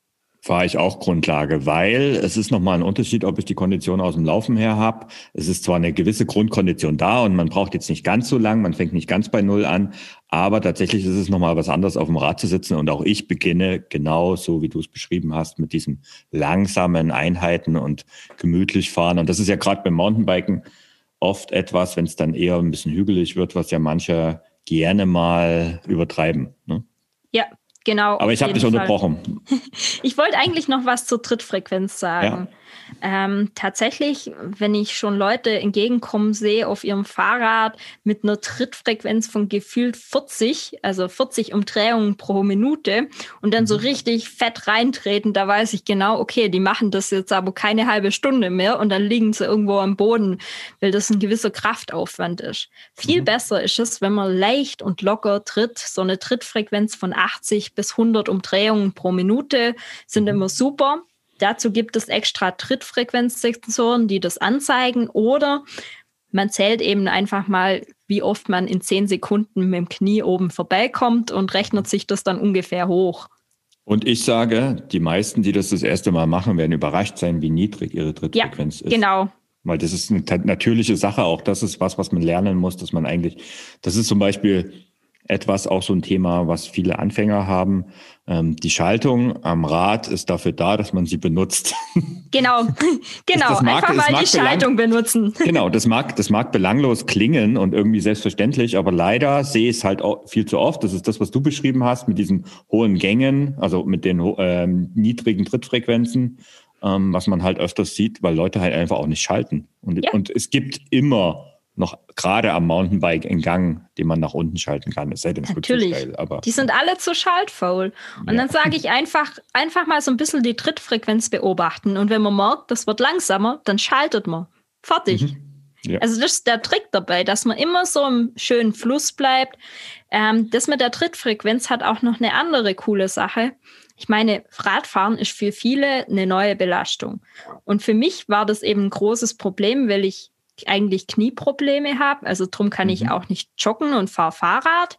Fahre ich auch Grundlage, weil es ist nochmal ein Unterschied, ob ich die Kondition aus dem Laufen her habe. Es ist zwar eine gewisse Grundkondition da und man braucht jetzt nicht ganz so lang, man fängt nicht ganz bei Null an, aber tatsächlich ist es nochmal was anderes, auf dem Rad zu sitzen. Und auch ich beginne genau so, wie du es beschrieben hast, mit diesen langsamen Einheiten und gemütlich fahren. Und das ist ja gerade beim Mountainbiken oft etwas, wenn es dann eher ein bisschen hügelig wird, was ja manche gerne mal übertreiben. Ne? Ja. Genau. Aber ich habe dich unterbrochen. Ich wollte eigentlich noch was zur Trittfrequenz sagen. Ja. Ähm, tatsächlich, wenn ich schon Leute entgegenkommen sehe auf ihrem Fahrrad mit einer Trittfrequenz von gefühlt vierzig, also vierzig Umdrehungen pro Minute und dann so richtig fett reintreten, da weiß ich genau, okay, die machen das jetzt aber keine halbe Stunde mehr und dann liegen sie irgendwo am Boden, weil das ein gewisser Kraftaufwand ist. Viel mhm. besser ist es, wenn man leicht und locker tritt. So eine Trittfrequenz von achtzig bis hundert Umdrehungen pro Minute sind mhm. immer super. Dazu gibt es extra Trittfrequenzsensoren, die das anzeigen, oder man zählt eben einfach mal, wie oft man in zehn Sekunden mit dem Knie oben vorbeikommt und rechnet sich das dann ungefähr hoch. Und ich sage, die meisten, die das das erste Mal machen, werden überrascht sein, wie niedrig ihre Trittfrequenz ja, ist. Genau. Weil das ist eine natürliche Sache, auch das ist was, was man lernen muss, dass man eigentlich, das ist zum Beispiel etwas, auch so ein Thema, was viele Anfänger haben. Ähm, die Schaltung am Rad ist dafür da, dass man sie benutzt. Genau, genau. Das mag, einfach mal die Schaltung benutzen. Genau, das mag, das mag belanglos klingen und irgendwie selbstverständlich, aber leider sehe ich es halt auch viel zu oft. Das ist das, was du beschrieben hast, mit diesen hohen Gängen, also mit den ähm, niedrigen Trittfrequenzen, ähm, was man halt öfters sieht, weil Leute halt einfach auch nicht schalten. Und, ja. und es gibt immer noch gerade am Mountainbike einen Gang, den man nach unten schalten kann. Es sei denn, es wird zu steil. Aber die sind alle zu schaltfaul. Und ja. dann sage ich einfach, einfach mal so ein bisschen die Trittfrequenz beobachten. Und wenn man merkt, das wird langsamer, dann schaltet man. Fertig. Mhm. Ja. Also das ist der Trick dabei, dass man immer so im schönen Fluss bleibt. Ähm, das mit der Trittfrequenz hat auch noch eine andere coole Sache. Ich meine, Radfahren ist für viele eine neue Belastung. Und für mich war das eben ein großes Problem, weil ich eigentlich Knieprobleme habe. Also drum kann mhm. ich auch nicht joggen und fahre Fahrrad.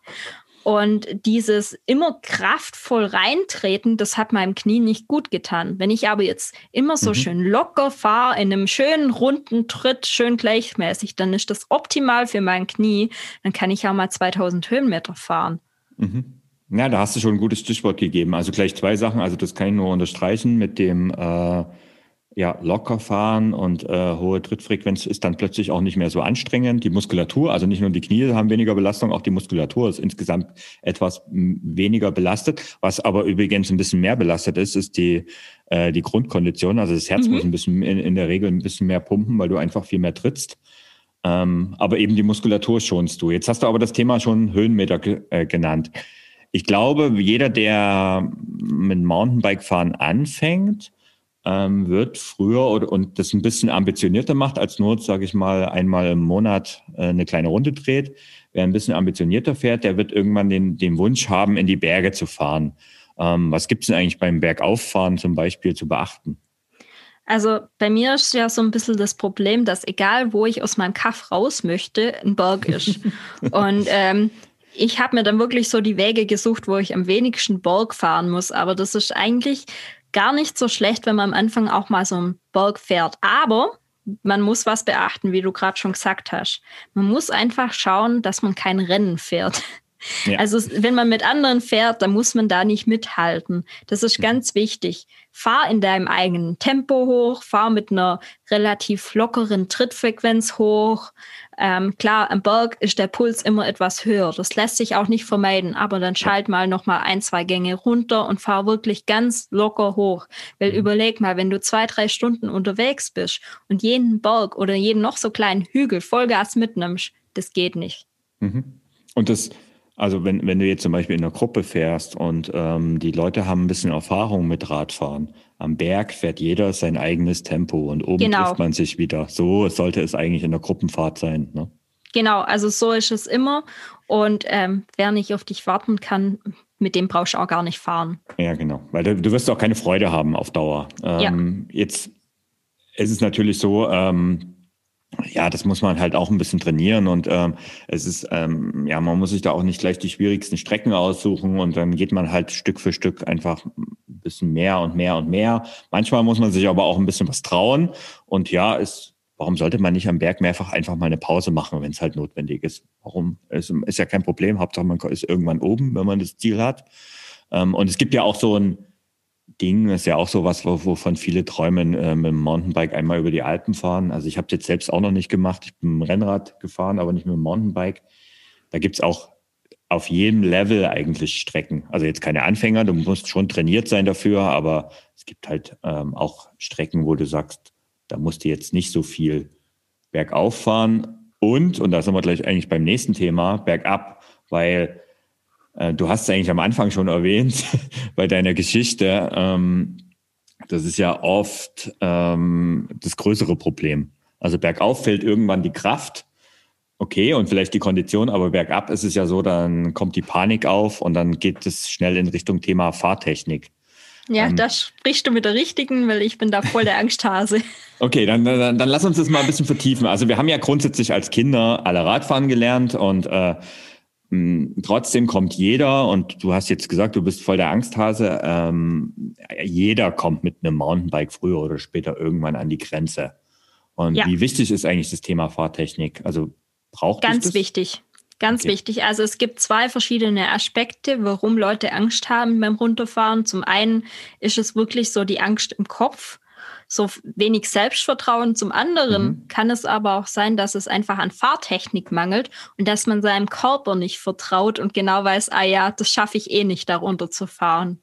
Und dieses immer kraftvoll reintreten, das hat meinem Knie nicht gut getan. Wenn ich aber jetzt immer so mhm. schön locker fahre, in einem schönen runden Tritt, schön gleichmäßig, dann ist das optimal für mein Knie. Dann kann ich auch mal zweitausend Höhenmeter fahren. Mhm. Ja, da hast du schon ein gutes Stichwort gegeben. Also gleich zwei Sachen. Also das kann ich nur unterstreichen mit dem äh, ja, locker fahren und äh, hohe Trittfrequenz ist dann plötzlich auch nicht mehr so anstrengend. Die Muskulatur, also nicht nur die Knie haben weniger Belastung, auch die Muskulatur ist insgesamt etwas m- weniger belastet. Was aber übrigens ein bisschen mehr belastet ist, ist die äh, die Grundkondition. Also das Herz mhm. muss ein bisschen in, in der Regel ein bisschen mehr pumpen, weil du einfach viel mehr trittst. Ähm, aber eben die Muskulatur schonst du. Jetzt hast du aber das Thema schon Höhenmeter ge- äh, genannt. Ich glaube, jeder, der mit Mountainbike-Fahren anfängt, ähm, wird früher oder, und das ein bisschen ambitionierter macht, als nur, sage ich mal, einmal im Monat äh, eine kleine Runde dreht. Wer ein bisschen ambitionierter fährt, der wird irgendwann den, den Wunsch haben, in die Berge zu fahren. Ähm, was gibt es denn eigentlich beim Bergauffahren zum Beispiel zu beachten? Also bei mir ist ja so ein bisschen das Problem, dass egal, wo ich aus meinem Kaff raus möchte, ein Berg ist. Und ähm, ich habe mir dann wirklich so die Wege gesucht, wo ich am wenigsten Berg fahren muss. Aber das ist eigentlich gar nicht so schlecht, wenn man am Anfang auch mal so einen Berg fährt. Aber man muss was beachten, wie du gerade schon gesagt hast. Man muss einfach schauen, dass man kein Rennen fährt. Ja. Also wenn man mit anderen fährt, dann muss man da nicht mithalten. Das ist ganz wichtig. Fahr in deinem eigenen Tempo hoch, fahr mit einer relativ lockeren Trittfrequenz hoch. Ähm, klar, am Berg ist der Puls immer etwas höher. Das lässt sich auch nicht vermeiden, aber dann schalt mal noch mal ein, zwei Gänge runter und fahr wirklich ganz locker hoch. Weil mhm. überleg mal, wenn du zwei, drei Stunden unterwegs bist und jeden Berg oder jeden noch so kleinen Hügel Vollgas mitnimmst, das geht nicht. Mhm. Und das Also wenn, wenn du jetzt zum Beispiel in einer Gruppe fährst und ähm, die Leute haben ein bisschen Erfahrung mit Radfahren, am Berg fährt jeder sein eigenes Tempo und oben genau. trifft man sich wieder. So sollte es eigentlich in der Gruppenfahrt sein, ne? Genau, also so ist es immer. Und ähm, wer nicht auf dich warten kann, mit dem brauchst du auch gar nicht fahren. Ja, genau, weil du, du wirst auch keine Freude haben auf Dauer. Ähm, ja. Jetzt ist es natürlich so, ähm, ja, das muss man halt auch ein bisschen trainieren und ähm, es ist, ähm, ja, man muss sich da auch nicht gleich die schwierigsten Strecken aussuchen und dann geht man halt Stück für Stück einfach bisschen mehr und mehr und mehr. Manchmal muss man sich aber auch ein bisschen was trauen. Und ja, ist, warum sollte man nicht am Berg mehrfach einfach mal eine Pause machen, wenn es halt notwendig ist? Warum? Es ist ja kein Problem. Hauptsache, man ist irgendwann oben, wenn man das Ziel hat. Und es gibt ja auch so ein Ding, ist ja auch so was, wovon viele träumen, mit dem Mountainbike einmal über die Alpen fahren. Also ich habe es jetzt selbst auch noch nicht gemacht. Ich bin mit dem Rennrad gefahren, aber nicht mit dem Mountainbike. Da gibt es auch auf jedem Level eigentlich Strecken. Also jetzt keine Anfänger, du musst schon trainiert sein dafür, aber es gibt halt ähm, auch Strecken, wo du sagst, da musst du jetzt nicht so viel bergauf fahren. Und, und da sind wir gleich eigentlich beim nächsten Thema, bergab, weil äh, du hast es eigentlich am Anfang schon erwähnt, bei deiner Geschichte, ähm, das ist ja oft ähm, das größere Problem. Also bergauf fällt irgendwann die Kraft. Okay, und vielleicht die Kondition, aber bergab ist es ja so, dann kommt die Panik auf und dann geht es schnell in Richtung Thema Fahrtechnik. Ja, ähm, da sprichst du mit der Richtigen, weil ich bin da voll der Angsthase. Okay, dann, dann, dann lass uns das mal ein bisschen vertiefen. Also wir haben ja grundsätzlich als Kinder alle Radfahren gelernt und äh, mh, trotzdem kommt jeder, und du hast jetzt gesagt, du bist voll der Angsthase, ähm, jeder kommt mit einem Mountainbike früher oder später irgendwann an die Grenze. Und ja. Wie wichtig ist eigentlich das Thema Fahrtechnik? Also braucht es das? Ganz wichtig. Ganz Okay. wichtig. Also es gibt zwei verschiedene Aspekte, warum Leute Angst haben beim Runterfahren. Zum einen ist es wirklich so die Angst im Kopf, so wenig Selbstvertrauen. Zum anderen mhm. kann es aber auch sein, dass es einfach an Fahrtechnik mangelt und dass man seinem Körper nicht vertraut und genau weiß, ah ja, das schaffe ich eh nicht, da runter zu fahren.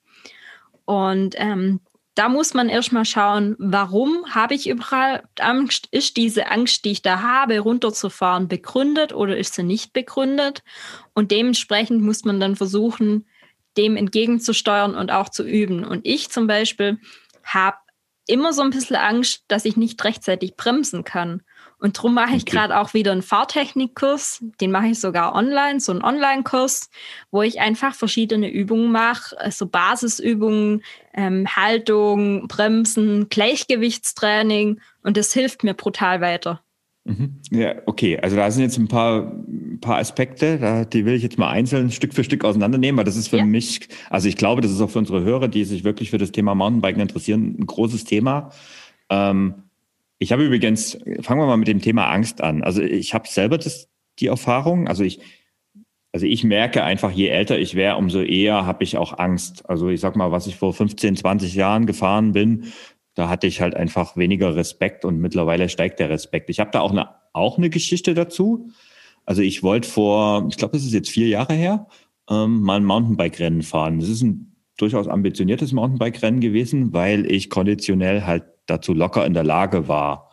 Und ähm, da muss man erstmal schauen, warum habe ich überhaupt Angst? Ist diese Angst, die ich da habe, runterzufahren, begründet oder ist sie nicht begründet? Und dementsprechend muss man dann versuchen, dem entgegenzusteuern und auch zu üben. Und ich zum Beispiel habe immer so ein bisschen Angst, dass ich nicht rechtzeitig bremsen kann. Und darum mache ich Okay. gerade auch wieder einen Fahrtechnikkurs. Den mache ich sogar online, so einen Online-Kurs, wo ich einfach verschiedene Übungen mache, also Basisübungen, ähm, Haltung, Bremsen, Gleichgewichtstraining. Und das hilft mir brutal weiter. Mhm. Ja, okay. Also da sind jetzt ein paar, ein paar Aspekte, da, die will ich jetzt mal einzeln Stück für Stück auseinandernehmen, weil das ist für Ja. mich, also ich glaube, das ist auch für unsere Hörer, die sich wirklich für das Thema Mountainbiken interessieren, ein großes Thema. Ähm, ich habe übrigens, fangen wir mal mit dem Thema Angst an. Also ich habe selber das, die Erfahrung, also ich, also ich merke einfach, je älter ich wäre, umso eher habe ich auch Angst. Also ich sag mal, was ich vor fünfzehn, zwanzig Jahren gefahren bin, da hatte ich halt einfach weniger Respekt und mittlerweile steigt der Respekt. Ich habe da auch eine, auch eine Geschichte dazu. Also ich wollte vor, ich glaube, das ist jetzt vier Jahre her, ähm, mal ein Mountainbike-Rennen fahren. Das ist ein durchaus ambitioniertes Mountainbike-Rennen gewesen, weil ich konditionell halt dazu locker in der Lage war.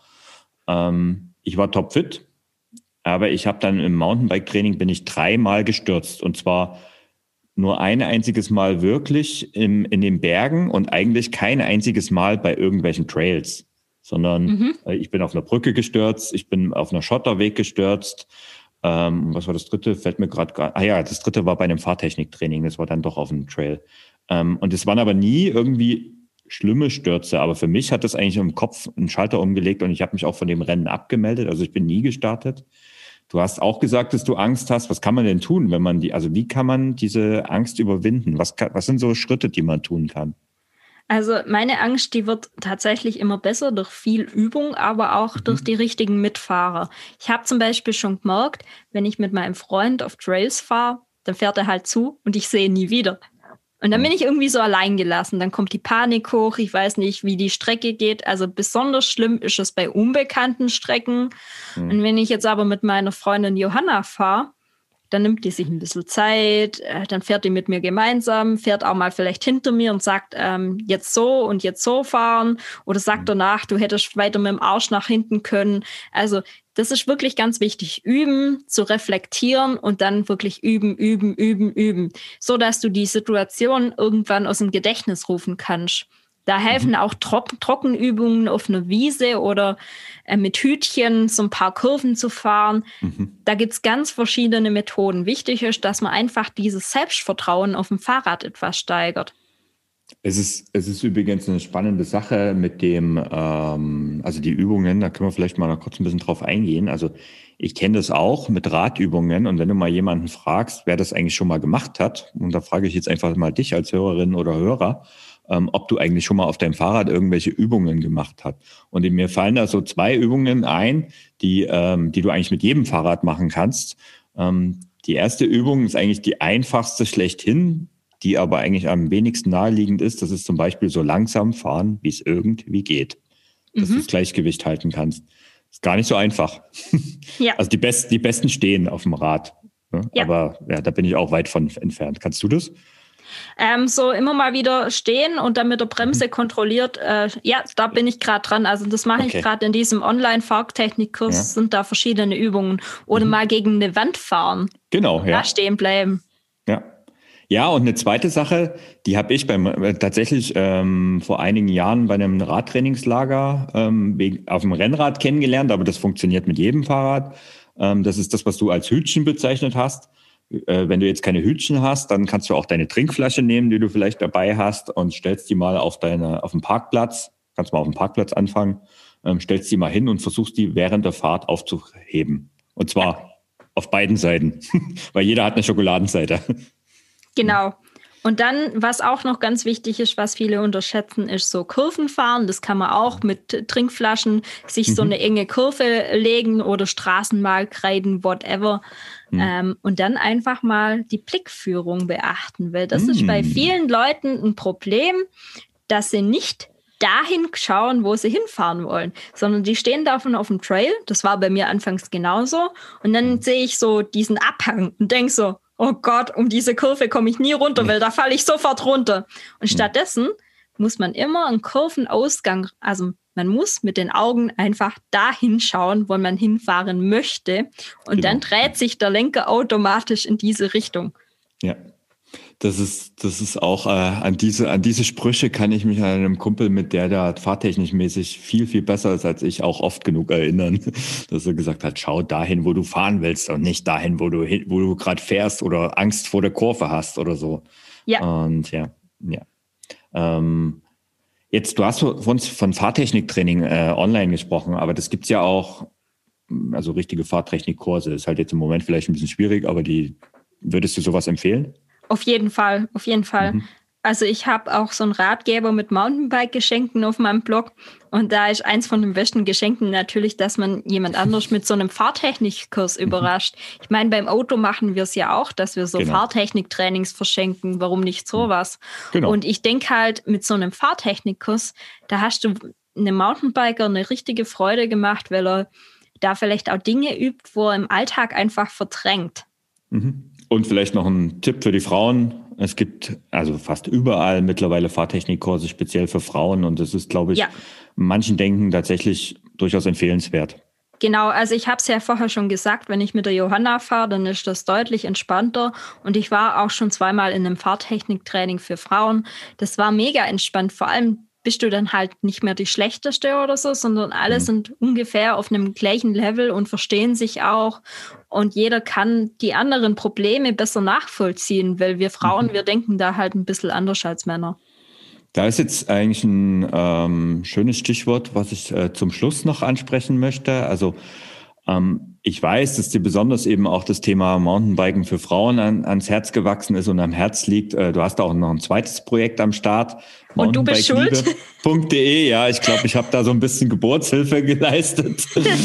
Ähm, ich war topfit, aber ich habe dann im Mountainbike-Training bin ich dreimal gestürzt und zwar nur ein einziges Mal wirklich im, in den Bergen und eigentlich kein einziges Mal bei irgendwelchen Trails, sondern mhm. äh, ich bin auf einer Brücke gestürzt, ich bin auf einer Schotterweg gestürzt. Ähm, was war das dritte? Fällt mir gerade gar. Ah ja, das dritte war bei einem Fahrtechniktraining, das war dann doch auf einem Trail. Ähm, und es waren aber nie irgendwie schlimme Stürze, aber für mich hat das eigentlich im Kopf einen Schalter umgelegt und ich habe mich auch von dem Rennen abgemeldet, also ich bin nie gestartet. Du hast auch gesagt, dass du Angst hast. Was kann man denn tun, wenn man die, also wie kann man diese Angst überwinden? Was, kann, was sind so Schritte, die man tun kann? Also meine Angst, die wird tatsächlich immer besser durch viel Übung, aber auch mhm. durch die richtigen Mitfahrer. Ich habe zum Beispiel schon gemerkt, wenn ich mit meinem Freund auf Trails fahre, dann fährt er halt zu und ich sehe ihn nie wieder. Und dann bin ich irgendwie so allein gelassen. Dann kommt die Panik hoch. Ich weiß nicht, wie die Strecke geht. Also besonders schlimm ist es bei unbekannten Strecken. Mhm. Und wenn ich jetzt aber mit meiner Freundin Johanna fahre, dann nimmt die sich ein bisschen Zeit. Dann fährt die mit mir gemeinsam, fährt auch mal vielleicht hinter mir und sagt, ähm, jetzt so und jetzt so fahren. Oder sagt mhm. danach, du hättest weiter mit dem Arsch nach hinten können. Also das ist wirklich ganz wichtig. Üben, zu reflektieren und dann wirklich üben, üben, üben, üben. So, dass du die Situation irgendwann aus dem Gedächtnis rufen kannst. Da helfen mhm. auch Tro- Trockenübungen auf einer Wiese oder äh, mit Hütchen so ein paar Kurven zu fahren. Mhm. Da gibt es ganz verschiedene Methoden. Wichtig ist, dass man einfach dieses Selbstvertrauen auf dem Fahrrad etwas steigert. Es ist, es ist übrigens eine spannende Sache mit dem, ähm, also die Übungen, da können wir vielleicht mal noch kurz ein bisschen drauf eingehen. Also ich kenne das auch mit Radübungen und wenn du mal jemanden fragst, wer das eigentlich schon mal gemacht hat, und da frage ich jetzt einfach mal dich als Hörerin oder Hörer, ähm, ob du eigentlich schon mal auf deinem Fahrrad irgendwelche Übungen gemacht hast. Und mir fallen da so zwei Übungen ein, die, ähm, die du eigentlich mit jedem Fahrrad machen kannst. Ähm, die erste Übung ist eigentlich die einfachste schlechthin, die aber eigentlich am wenigsten naheliegend ist. Das ist zum Beispiel so langsam fahren, wie es irgendwie geht. Dass mhm. du das Gleichgewicht halten kannst. Ist gar nicht so einfach. Ja. Also die, Best, die Besten stehen auf dem Rad. Ne? Ja. Aber ja, da bin ich auch weit von entfernt. Kannst du das? Ähm, so immer mal wieder stehen und dann mit der Bremse mhm. kontrolliert. Äh, ja, da bin ich gerade dran. Also das mache okay. ich gerade in diesem Online-Fahrtechnikkurs. Ja. Sind da verschiedene Übungen. Oder mhm. mal gegen eine Wand fahren. Genau, ja. Da stehen bleiben. Ja. Ja, und eine zweite Sache, die habe ich beim äh, tatsächlich ähm, vor einigen Jahren bei einem Radtrainingslager ähm, wegen, auf dem Rennrad kennengelernt, aber das funktioniert mit jedem Fahrrad. Ähm, das ist das, was du als Hütchen bezeichnet hast. Äh, wenn du jetzt keine Hütchen hast, dann kannst du auch deine Trinkflasche nehmen, die du vielleicht dabei hast, und stellst die mal auf deine auf den Parkplatz. Kannst mal auf dem Parkplatz anfangen, ähm, stellst die mal hin und versuchst die während der Fahrt aufzuheben. Und zwar auf beiden Seiten, weil jeder hat eine Schokoladenseite. Genau. Und dann, was auch noch ganz wichtig ist, was viele unterschätzen, ist so Kurvenfahren. Das kann man auch mit Trinkflaschen sich mhm. so eine enge Kurve legen oder Straßenmal kreiden, whatever. Mhm. Ähm, und dann einfach mal die Blickführung beachten, weil das mhm. ist bei vielen Leuten ein Problem, dass sie nicht dahin schauen, wo sie hinfahren wollen, sondern die stehen davon auf dem Trail. Das war bei mir anfangs genauso. Und dann mhm. sehe ich so diesen Abhang und denke so, oh Gott, um diese Kurve komme ich nie runter, weil da falle ich sofort runter. Und stattdessen muss man immer einen Kurvenausgang, also man muss mit den Augen einfach dahin schauen, wo man hinfahren möchte. Und genau. dann dreht sich der Lenker automatisch in diese Richtung. Ja, das ist, das ist auch, äh, an diese, an diese Sprüche kann ich mich an einem Kumpel, mit der da fahrtechnischmäßig viel, viel besser ist als ich, auch oft genug erinnern, dass er gesagt hat, schau dahin, wo du fahren willst und nicht dahin, wo du, wo du gerade fährst oder Angst vor der Kurve hast oder so. Ja. Und ja, ja. Ähm, jetzt, du hast von, von Fahrtechniktraining äh, online gesprochen, aber das gibt's ja auch, also richtige Fahrtechnikkurse. Ist halt jetzt im Moment vielleicht ein bisschen schwierig, aber die, würdest du sowas empfehlen? Auf jeden Fall, auf jeden Fall. Mhm. Also ich habe auch so einen Ratgeber mit Mountainbike-Geschenken auf meinem Blog und da ist eins von den besten Geschenken natürlich, dass man jemand anders mit so einem Fahrtechnikkurs mhm. überrascht. Ich meine, beim Auto machen wir es ja auch, dass wir so genau. Fahrtechniktrainings verschenken. Warum nicht sowas? Genau. Und ich denke halt, mit so einem Fahrtechnikkurs, da hast du einem Mountainbiker eine richtige Freude gemacht, weil er da vielleicht auch Dinge übt, wo er im Alltag einfach verdrängt. Mhm. Und vielleicht noch ein Tipp für die Frauen. Es gibt also fast überall mittlerweile Fahrtechnikkurse speziell für Frauen. Und das ist, glaube ich, ja. manchen Denken tatsächlich durchaus empfehlenswert. Genau, also ich habe es ja vorher schon gesagt, wenn ich mit der Johanna fahre, dann ist das deutlich entspannter. Und ich war auch schon zweimal in einem Fahrtechniktraining für Frauen. Das war mega entspannt, vor allem bist du dann halt nicht mehr die Schlechteste oder so, sondern alle mhm. sind ungefähr auf einem gleichen Level und verstehen sich auch. Und jeder kann die anderen Probleme besser nachvollziehen, weil wir Frauen, mhm. wir denken da halt ein bisschen anders als Männer. Da ist jetzt eigentlich ein ähm, schönes Stichwort, was ich äh, zum Schluss noch ansprechen möchte. Also ähm, ich weiß, dass dir besonders eben auch das Thema Mountainbiken für Frauen an, ans Herz gewachsen ist und am Herz liegt. Äh, du hast auch noch ein zweites Projekt am Start. Und du bist schuld? Punkt de, ja, ich glaube, ich habe da so ein bisschen Geburtshilfe geleistet.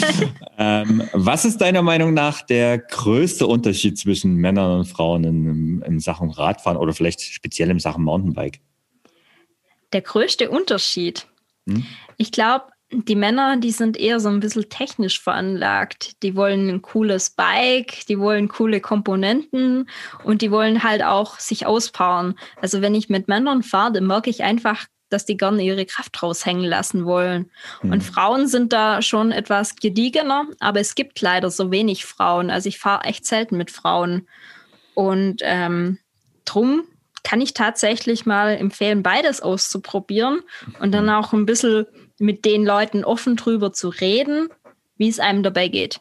ähm, was ist deiner Meinung nach der größte Unterschied zwischen Männern und Frauen in, in Sachen Radfahren oder vielleicht speziell in Sachen Mountainbike? Der größte Unterschied? Hm? Ich glaube, die Männer, die sind eher so ein bisschen technisch veranlagt. Die wollen ein cooles Bike, die wollen coole Komponenten und die wollen halt auch sich auspowern. Also wenn ich mit Männern fahre, dann merke ich einfach, dass die gerne ihre Kraft raushängen lassen wollen. Mhm. Und Frauen sind da schon etwas gediegener, aber es gibt leider so wenig Frauen. Also ich fahre echt selten mit Frauen. Und ähm, drum kann ich tatsächlich mal empfehlen, beides auszuprobieren und dann auch ein bisschen mit den Leuten offen drüber zu reden, wie es einem dabei geht.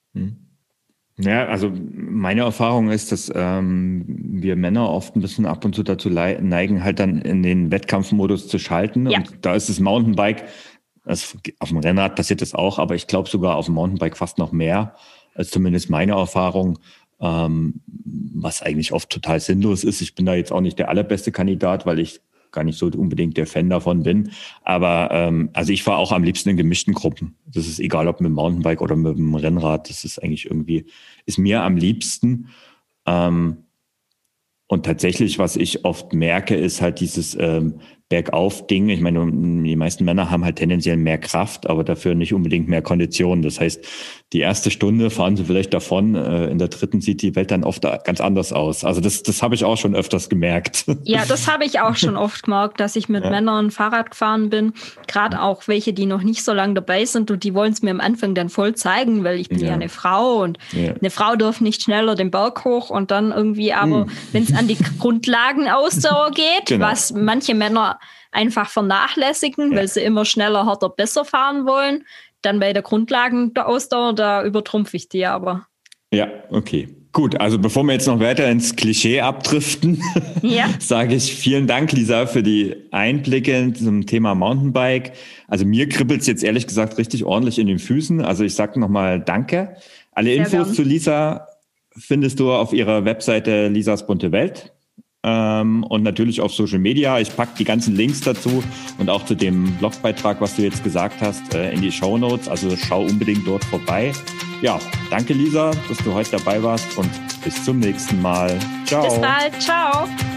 Ja, also meine Erfahrung ist, dass ähm, wir Männer oft ein bisschen ab und zu dazu neigen, halt dann in den Wettkampfmodus zu schalten. Ja. Und da ist das Mountainbike, das, auf dem Rennrad passiert das auch, aber ich glaube sogar auf dem Mountainbike fast noch mehr, als zumindest meine Erfahrung, ähm, was eigentlich oft total sinnlos ist. Ich bin da jetzt auch nicht der allerbeste Kandidat, weil ich gar nicht so unbedingt der Fan davon bin. Aber ähm, also ich fahre auch am liebsten in gemischten Gruppen. Das ist egal, ob mit dem Mountainbike oder mit dem Rennrad. Das ist eigentlich irgendwie, ist mir am liebsten. Ähm, und tatsächlich, was ich oft merke, ist halt dieses ähm, Bergauf-Ding. Ich meine, die meisten Männer haben halt tendenziell mehr Kraft, aber dafür nicht unbedingt mehr Kondition. Das heißt, die erste Stunde fahren sie vielleicht davon. Äh, in der dritten sieht die Welt dann oft ganz anders aus. Also das, das habe ich auch schon öfters gemerkt. Ja, das habe ich auch schon oft gemerkt, dass ich mit ja. Männern Fahrrad gefahren bin. Gerade auch welche, die noch nicht so lange dabei sind und die wollen es mir am Anfang dann voll zeigen, weil ich bin ja, ja eine Frau und ja. eine Frau darf nicht schneller den Berg hoch und dann irgendwie, aber hm. wenn es an die Grundlagenausdauer geht, genau. was manche Männer einfach vernachlässigen, ja. weil sie immer schneller, härter, besser fahren wollen, dann bei der Grundlagenausdauer, da übertrumpfe ich die aber. Ja, okay. Gut, also bevor wir jetzt noch weiter ins Klischee abdriften, ja. sage ich vielen Dank, Lisa, für die Einblicke zum Thema Mountainbike. Also mir kribbelt es jetzt ehrlich gesagt richtig ordentlich in den Füßen. Also ich sage nochmal Danke. Alle Sehr Infos gern. zu Lisa findest du auf ihrer Webseite Lisas bunte Welt. Und natürlich auf Social Media. Ich packe die ganzen Links dazu und auch zu dem Blogbeitrag, was du jetzt gesagt hast, in die Shownotes. Also schau unbedingt dort vorbei. Ja, danke Lisa, dass du heute dabei warst und bis zum nächsten Mal. Ciao. Bis bald. Ciao.